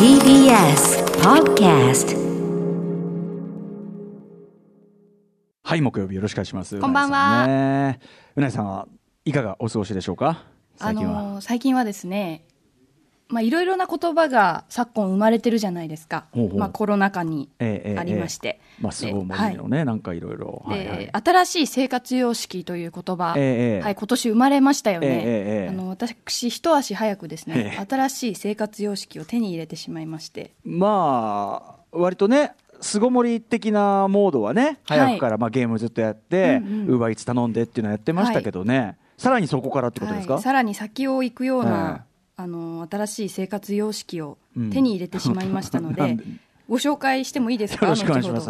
TBS Podcast。 はい、木曜日よろしくお願いします。 こんばんは。 うなぎさんはいかがお過ごしでしょうか。 最近はですね、いろいろな言葉が昨今生まれてるじゃないですか。コロナ禍にありまして、 すごいものね、なんかいろいろ新しい生活様式という言葉、今年生まれましたよね。私一足早くですね、新しい生活様式を手に入れてしまいまして、 割とね巣ごもり的なモードはね、早くからゲームずっとやって、Uber Eats頼んでっていうのはやってましたけどね、さらにそこからってことですか。 さらに先を行くような、新しい生活様式を手に入れてしまいましたので、ご紹介してもいいですか。 よろしくお願いします。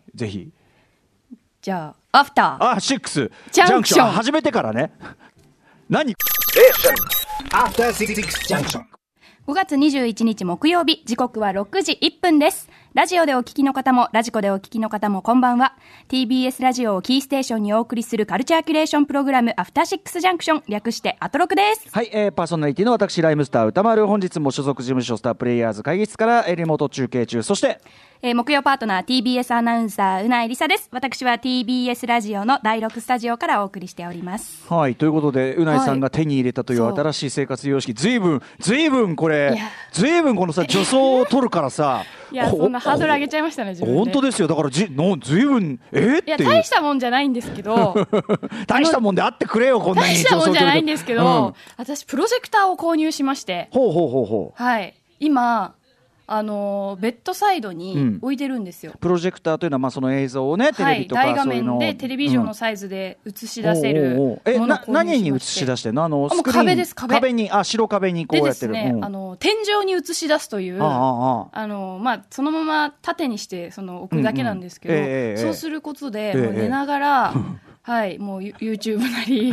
ぜひ。 じゃあアフターシックスジャンクション始めてからね。何アフターシックスジャンクション。 5月21日木曜日、時刻は6時1分です。ラジオでお聞きの方もラジコでお聞きの方もこんばんは。 TBS ラジオをキーステーションにお送りするカルチャーキュレーションプログラム、アフターシックスジャンクション、略してアトロクです。 はい、パーソナリティの私ライムスター歌丸、本日も所属事務所スタープレイヤーズ会議室からリモート中継中。そして、 木曜パートナー TBS アナウンサーうないりさです。私は TBS ラジオの第6スタジオからお送りしております。 はい、ということでうないさんが手に入れたという新しい生活様式、ずいぶんこれずいぶんこのさ助走を取るからさいや、そんなハードル上げちゃいましたね、自分で。 本当ですよ。だからずいぶんっていう、 大したもんじゃないんですけど大したもんであってくれよ、こんなに。 大したもんじゃないんですけど、私プロジェクターを購入しまして、はい、今ベッドサイドに置いてるんですよ。 プロジェクターというのはその映像をね、テレビとか大画面でテレビジョンのサイズで映し出せるものを購入しまして。 何に映し出してるの？スクリーン。 壁です。 壁に、白壁にこうやってる。 でですね、天井に映し出すという、そのまま縦にして置くだけなんですけど、そうすることでもう寝ながらはい、もう YouTube なり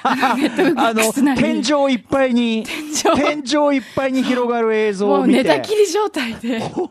Netflix なり天井いっぱいに広がる映像を見て、 もう寝たきり状態で本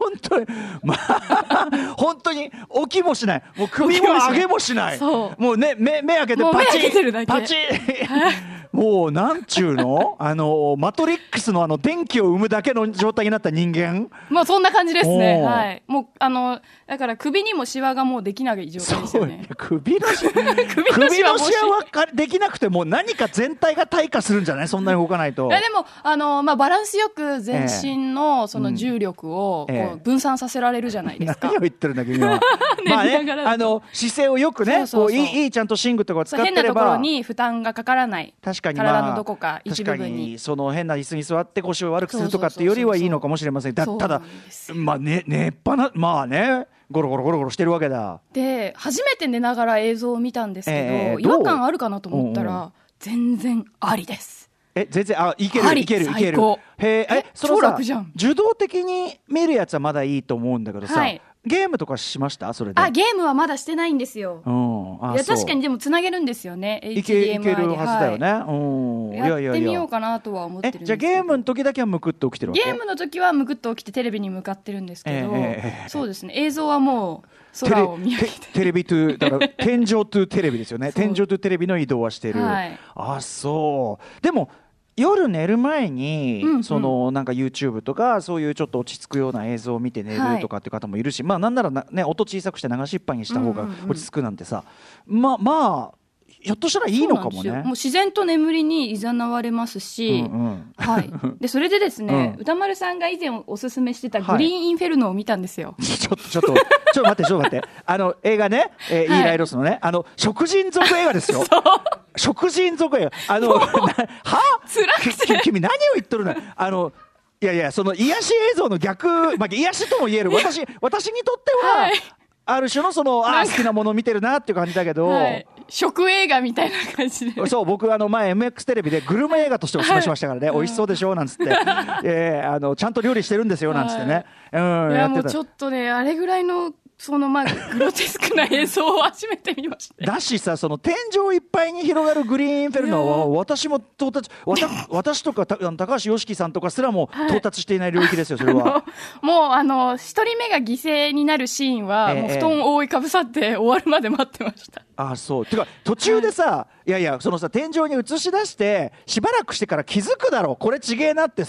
当に起きもしない、もう首も上げもしない、もうね、目開けてパチッパチッもうなんちゅうのマトリックスの電気を生むだけの状態になった人間、 そんな感じですね。はい、もうだから首にもシワがもうできない状態ですよね。 首のシワはできなくても何か全体が退化するんじゃない、そんなに動かないと。 いやでもバランスよく全身のその重力をこう分散させられるじゃないですか。 何を言ってるんだ君は。姿勢をよくね、いいちゃんと寝具とかを使ってれば変なところに負担がかからない。確かに、体のどこか一部分にその変な椅子に座って腰を悪くするとかっていうよりはいいのかもしれません。ただ寝っぱなゴロゴロしてるわけだ。で初めて寝ながら映像を見たんですけど、違和感あるかなと思ったら全然ありです。 全然いける。 最高。超楽じゃん。 受動的に見るやつはまだいいと思うんだけどさ、ゲームとかしました？それで。 ゲームはまだしてないんですよ。いや確かにでもつなげるんですよね。 いけるはずだよね。 やってみようかなとは思ってるんですけど。 じゃあゲームの時だけはむくっと起きてるわけ？ ゲームの時はむくっと起きてテレビに向かってるんですけど、そうですね、映像はもう空を見上げてテレビトゥだから天井トゥテレビですよね。天井トゥテレビの移動はしてる。そうでも夜寝る前に、なんか YouTube とかそういうちょっと落ち着くような映像を見て寝るとかっていう方もいるし、なんならね、音小さくして流しっぱにした方が落ち着くなんてさ、ひょっとしたらいいのかもね。 もう自然と眠りに誘われますし、でそれでですね、歌丸さんが以前おすすめしてたグリーンインフェルノを見たんですよ。 ちょっと待って。映画ね、イーライロスのね、食人族映画ですよ。食人族映画。辛くて君何を言っとるの。いやその癒し映像の逆、癒しとも言える私にとっては、ある種の好きなものを見てるなっていう感じだけど、 食映画みたいな感じで。 そう、僕前 MX テレビでグルメ映画としてお勧めしましたからね、美味しそうでしょなんつってちゃんと料理してるんですよなんつってね、 いやもうちょっとね、あれぐらいのグロテスクな映像を初めて見ました。 だしさ、その天井いっぱいに広がるグリーンインフェルノは私私とか高橋良樹さんとかすらも到達していない領域ですよ、それは。 もう一人目が犠牲になるシーンは、もう布団を覆いかぶさって終わるまで待ってました。 そうてか途中でさ、いやそのさ、天井に映し出してしばらくしてから気づくだろう、これちげえなってさ。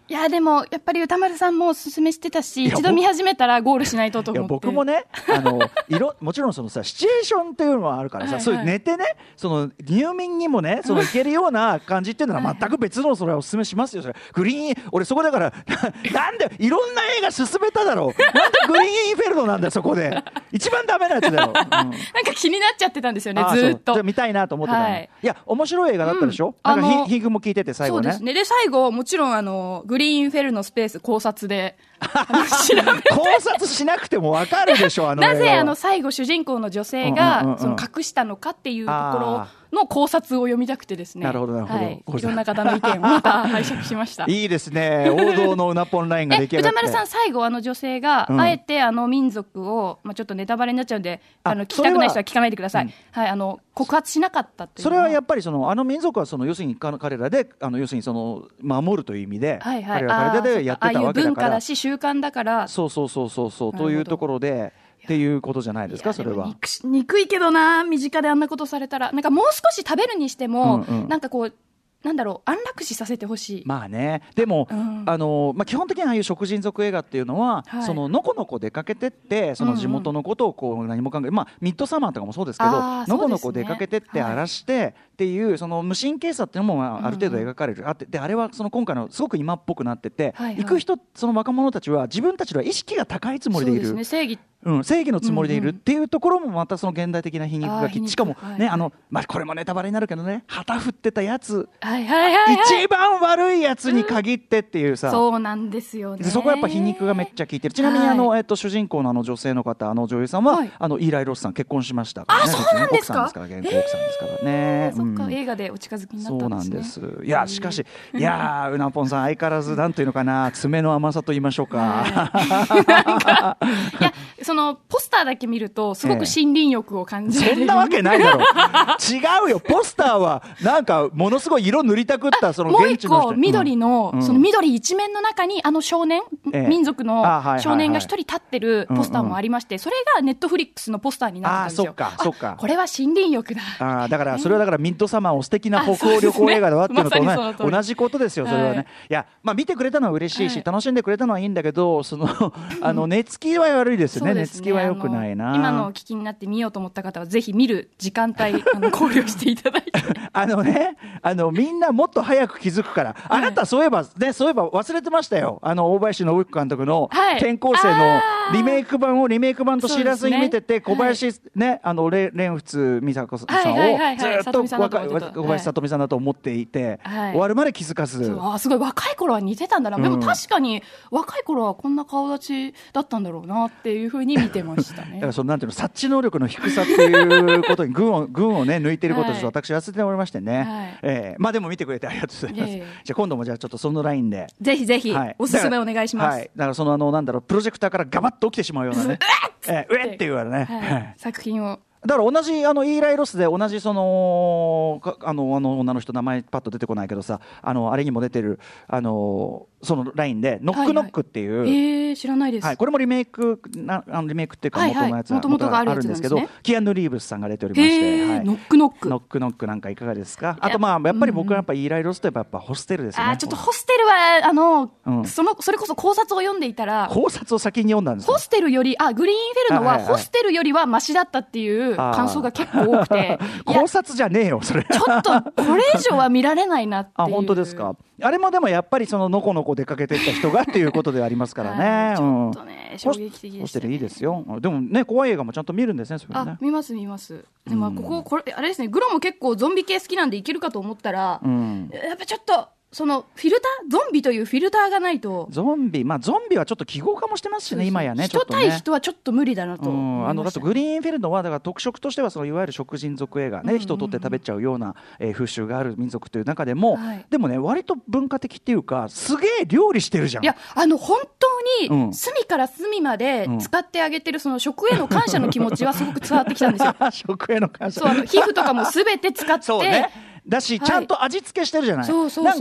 いやでもやっぱり歌丸さんもおすすめしてたし、一度見始めたらゴールしないとと思って。 いや僕もねもちろんそのさシチュエーションっていうのはあるからさ、そういう寝てねその入眠にもねそのいけるような感じっていうのは全く別のそれはおすすめしますよ。それグリーン俺そこだからなんでいろんな映画進めただろう。なんでグリーンインフェルノなんだよそこで一番ダメなやつだよ。 なんか気になっちゃってたんですよねずっと。 見たいなと思ってたの。いや面白い映画だったでしょ。なんか皮膚も聞いてて最後ね。 そうですね。で最後もちろんグリーンインフェルノスペース考察で考察しなくても分かるでしょ。 なぜ最後主人公の女性がその隠したのかっていうところの考察を読みたくてですね。 なるほどなるほど、はい、 いろんな方の意見をまた拝借しました。 いいですね。王道のうなぽんラインが出来上がって。 歌丸さん最後女性があえて民族を、ちょっとネタバレになっちゃうんで聞きたくない人は聞かないでください。はい、告発しなかったっていう。 それはやっぱり民族は要するに彼らで要するに守るという意味で、 はいはい、 彼らでやってたわけだから。ああいう文化だし習慣だから。 そうというところで。っていうことじゃないですか。それは憎いけどな、身近であんなことされたらなんかもう少し食べるにしても、なんかこうなんだろう安楽死させてほしい。 まあね。でも、基本的にああいう食人族映画っていうのは、そののこのこ出かけてってその地元のことをこう何も考え、ミッドサマーとかもそうですけど、のこのこ出かけてって荒らして、っていうその無神経さっていうのもある程度描かれる、であれはその今回のすごく今っぽくなってて、行く人その若者たちは自分たちは意識が高いつもりでいる。 そうですね、 正義のつもりでいるっていうところもまたその現代的な皮肉がしかもね、これもネタバレになるけどね、旗振ってたやつ、一番悪いやつに限ってっていうさ、 そうなんですよね。 そこはやっぱ皮肉がめっちゃ効いてる。ちなみに主人公の女性の方女優さんは、イーライ・ロスさん結婚しましたからね。 そうなんですか。 奥さんですから現行奥さんですからね。 そっか、映画でお近づきになったんですね。 そうなんです。いやしかしうなぽんさん相変わらずなんていうのかな、爪の甘さと言いましょうか。 いやそのポスターだけ見るとすごく森林浴を感じる、 そんなわけないだろう。違うよ。ポスターはなんかものすごい色塗りたくったその現地の人。 もう一個緑の、その緑一面の中に少年、民族の少年が一人立ってるポスターもありまして、それがネットフリックスのポスターになってたんですよ。 そっか。 これは森林浴だ。 だからそれはだからミッドサマーを素敵な北欧旅行映画だわっていうのとね、同じことですよそれはね。いや見てくれたのは嬉しいし、楽しんでくれたのはいいんだけど、その寝つきは悪いですよね。寝つきは良くないな。 今のお聞きになって見ようと思った方はぜひ見る時間帯考慮していただいて。 みんなもっと早く気づくから。あなたそういえば忘れてましたよ。大林信彦監督の転校生のリメイク版と知らずに見てて、小林ね蓮仏美佐子さんをずっと小林聡美さんだと思っていて、終わるまで気づかず。 すごい若い頃は似てたんだな。でも確かに若い頃はこんな顔立ちだったんだろうなっていうふうに見てましたね。 だからなんていうの、察知能力の低さっていうことに群をね抜いていることを私忘れておりましてね。でも見てくれてありがとうございます。じゃあ今度もちょっとそのラインでぜひおすすめお願いします。 だからプロジェクターからガバッと起きてしまうようなね、うえっていうからね、 作品を。 だから同じイーライ・ロスで同じ女の人名前パッと出てこないけどさ、あれにも出てるそのラインでノックノックっていう、 知らないです。 これもリメイクっていうか元のやつがあるんですけど、キアヌ・リーブスさんが出ておりまして、 ノックなんかいかがですか。あとやっぱり僕はやっぱイーライ・ロスとやっぱホステルですね。ちょっとホステルはそれこそ考察を読んでいたら、 考察を先に読んだんです。 ホステルよりグリーンフェルノはホステルよりはマシだったっていう感想が結構多くて、 考察じゃねえよそれ。 ちょっとこれ以上は見られないなっていう。 本当ですか。あれもでもやっぱりそののこのこ出かけていった人がっていうことでありますからね。 ちょっとね衝撃的でしたね。 ホステルいいですよ。でもね怖い映画もちゃんと見るんですね。それね。 見ます。でもこれあれですね。グロも結構ゾンビ系好きなんでいけるかと思ったら、やっぱちょっと。そのフィルターゾンビというフィルターがないと。 ゾンビはちょっと記号化もしてますしね。今やね人対人はちょっと無理だなと思いました。 だとグリーンフェルノはだから特色としてはそのいわゆる食人族映画ね、人を取って食べちゃうような風習がある民族という中でも、でもね割と文化的っていうかすげえ料理してるじゃん。 いや本当に隅から隅まで使ってあげてるその食への感謝の気持ちはすごく伝わってきたんですよ。 食への感謝。 そう皮膚とかもすべて使って。 そうね。だしちゃんと味付けしてるじゃない。なんか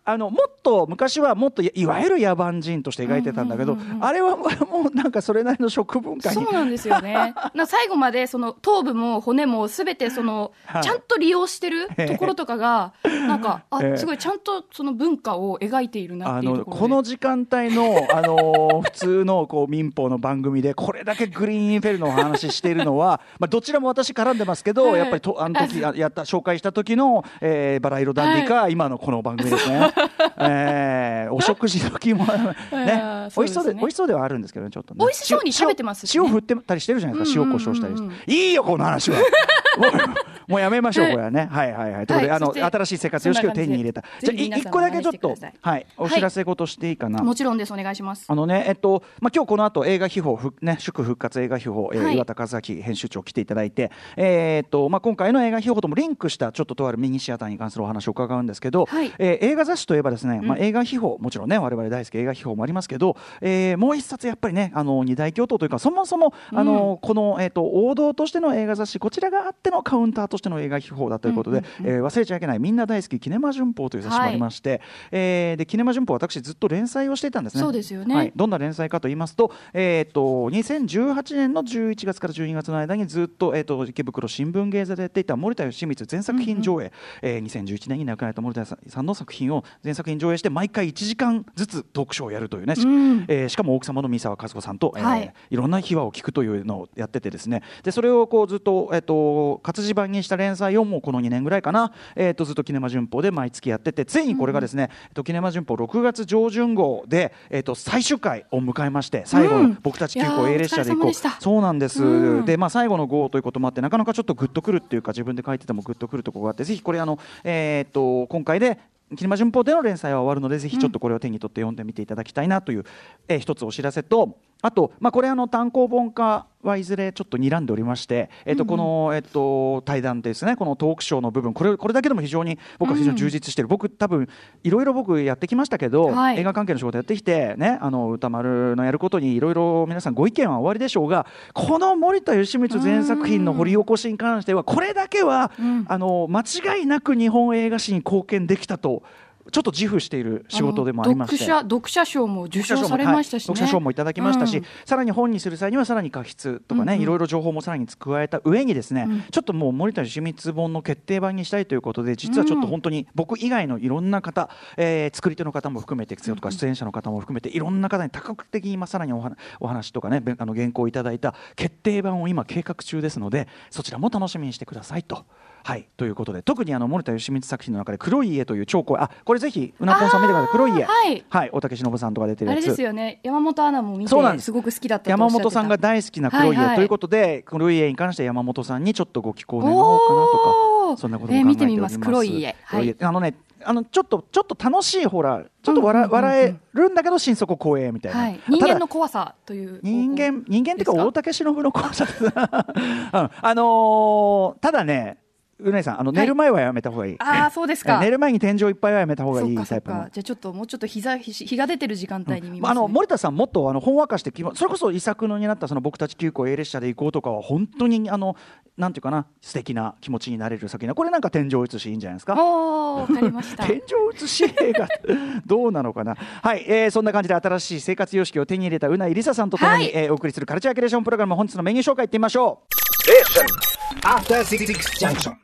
もっと昔はもっと いわゆる野蛮人として描いてたんだけど、あれはもうなんかそれなりの食文化に。 そうなんですよね。最後までその頭部も骨も全てそのちゃんと利用してるところとかがなんかすごいちゃんとその文化を描いているなっていうところで、 この時間帯の普通のこう民放の番組でこれだけグリーンフェルのお話しているのはまあどちらも私絡んでますけど、やっぱり時紹介した時の、バラ色ダンディか、今のこの番組ですね。お食事時もね、美味しそうではあるんですけどね、ちょっとね。 美味しそうに食べてますしね。 塩振ってたりしてるじゃないですか、塩コショウしたりして。いいよこの話は。もうやめましょうこれはね。はいはいはい。ということで新しい生活様式を手に入れた。じゃあ一個だけちょっとお知らせ事していいかな。 もちろんです、お願いします。 今日この後映画秘宝祝復活映画秘宝岩田和明編集長来ていただいて、今回の映画秘宝ともリンクしたちょっととあるミニシアターに関するお話を伺うんですけど、映画雑誌といえばですね、映画秘宝もちろんね我々大好き映画秘宝もありますけど、もう一冊やっぱりね二大巨頭というか、そもそもこの王道としての映画雑誌、こちらがあってのカウンターとしての映画秘宝だということで、忘れちゃいけないみんな大好きキネマ旬報という雑誌もありまして、でキネマ旬報私ずっと連載をしていたんですね。 そうですよね。 どんな連載かと言いますと、2018年の11月から12月の間にずっと、池袋新聞芸座でやっていた森田義満全作品上映、2011年に亡くなられた森田さんの作品を全作品上映して毎回1時間ずつトークショーをやるというね、しかも奥様の三沢和子さんと、いろんな秘話を聞くというのをやっててですね、でそれをこうずっと活字版にした連載をもうこの2年ぐらいかな、ずっとキネマ旬報で毎月やってて、ついにこれがですね、キネマ旬報6月上旬号で、最終回を迎えまして、最後の僕たち急行 A 列車で行こう。そうなんです、で最後の号ということもあってなかなかちょっとグッとくるっていうか、自分で書いててもグッとくるところがあって、ぜひこれ今回でキネマ旬報での連載は終わるので、ぜひちょっとこれを手に取って読んでみていただきたいなという、一つお知らせと、あと、これ単行本化はいずれちょっと睨んでおりまして、この、対談ですね、このトークショーの部分、これだけでも非常に僕は非常に充実している、僕多分いろいろ僕やってきましたけど、映画関係の仕事やってきてね、歌丸のやることにいろいろ皆さんご意見はおありでしょうが、この森田義満全作品の掘り起こしに関してはこれだけは、間違いなく日本映画史に貢献できたとちょっと自負している仕事でもありまして、 読者賞も受賞されましたしね、 読者賞もいただきましたし、さらに本にする際にはさらに過筆とかね、いろいろ情報もさらに加えた上にですね、ちょっともう森田義満本の決定版にしたいということで、実はちょっと本当に僕以外のいろんな方、作り手の方も含めてとか出演者の方も含めていろんな方に多角的に今さらにお話とかね、原稿をいただいた決定版を今計画中ですので、そちらも楽しみにしてくださいと。ということで、特に森田義満作品の中で黒い家という超怖い、これぜひうなぽんさん見てください。黒い家、大竹しのぶさんとか出てるやつ、 あれですよね。山本アナも見てすごく好きだったとおっしゃってた。 山本さんが大好きな黒い家ということで、黒い家に関して山本さんにちょっとご寄稿願おうかなとか、そんなことも考えております。 見てみます。黒い家、 ちょっと楽しいホラー、ちょっと笑えるんだけど心底怖えみたいな、 人間の怖さという、 人間っていうか大竹しのぶの怖さただね、うなぎさん寝る前はやめた方がいい。 そうですか。 寝る前に天井いっぱいはやめた方がいいタイプの。 じゃあちょっともうちょっと日が出てる時間帯に見ますね。 森田さんもっとほんわかして、それこそ遺作のになったその僕たち急行 A 列車で行こうとかは本当になんていうかな、素敵な気持ちになれる作品な、これなんか天井写しいいんじゃないですか。 わかりました。 天井写し映画どうなのかな。そんな感じで新しい生活様式を手に入れたうないりささんとともに、お送りするカルチャーキュレーションプログラム、本日のメニュー紹介いってみましょう。 After 66 junction.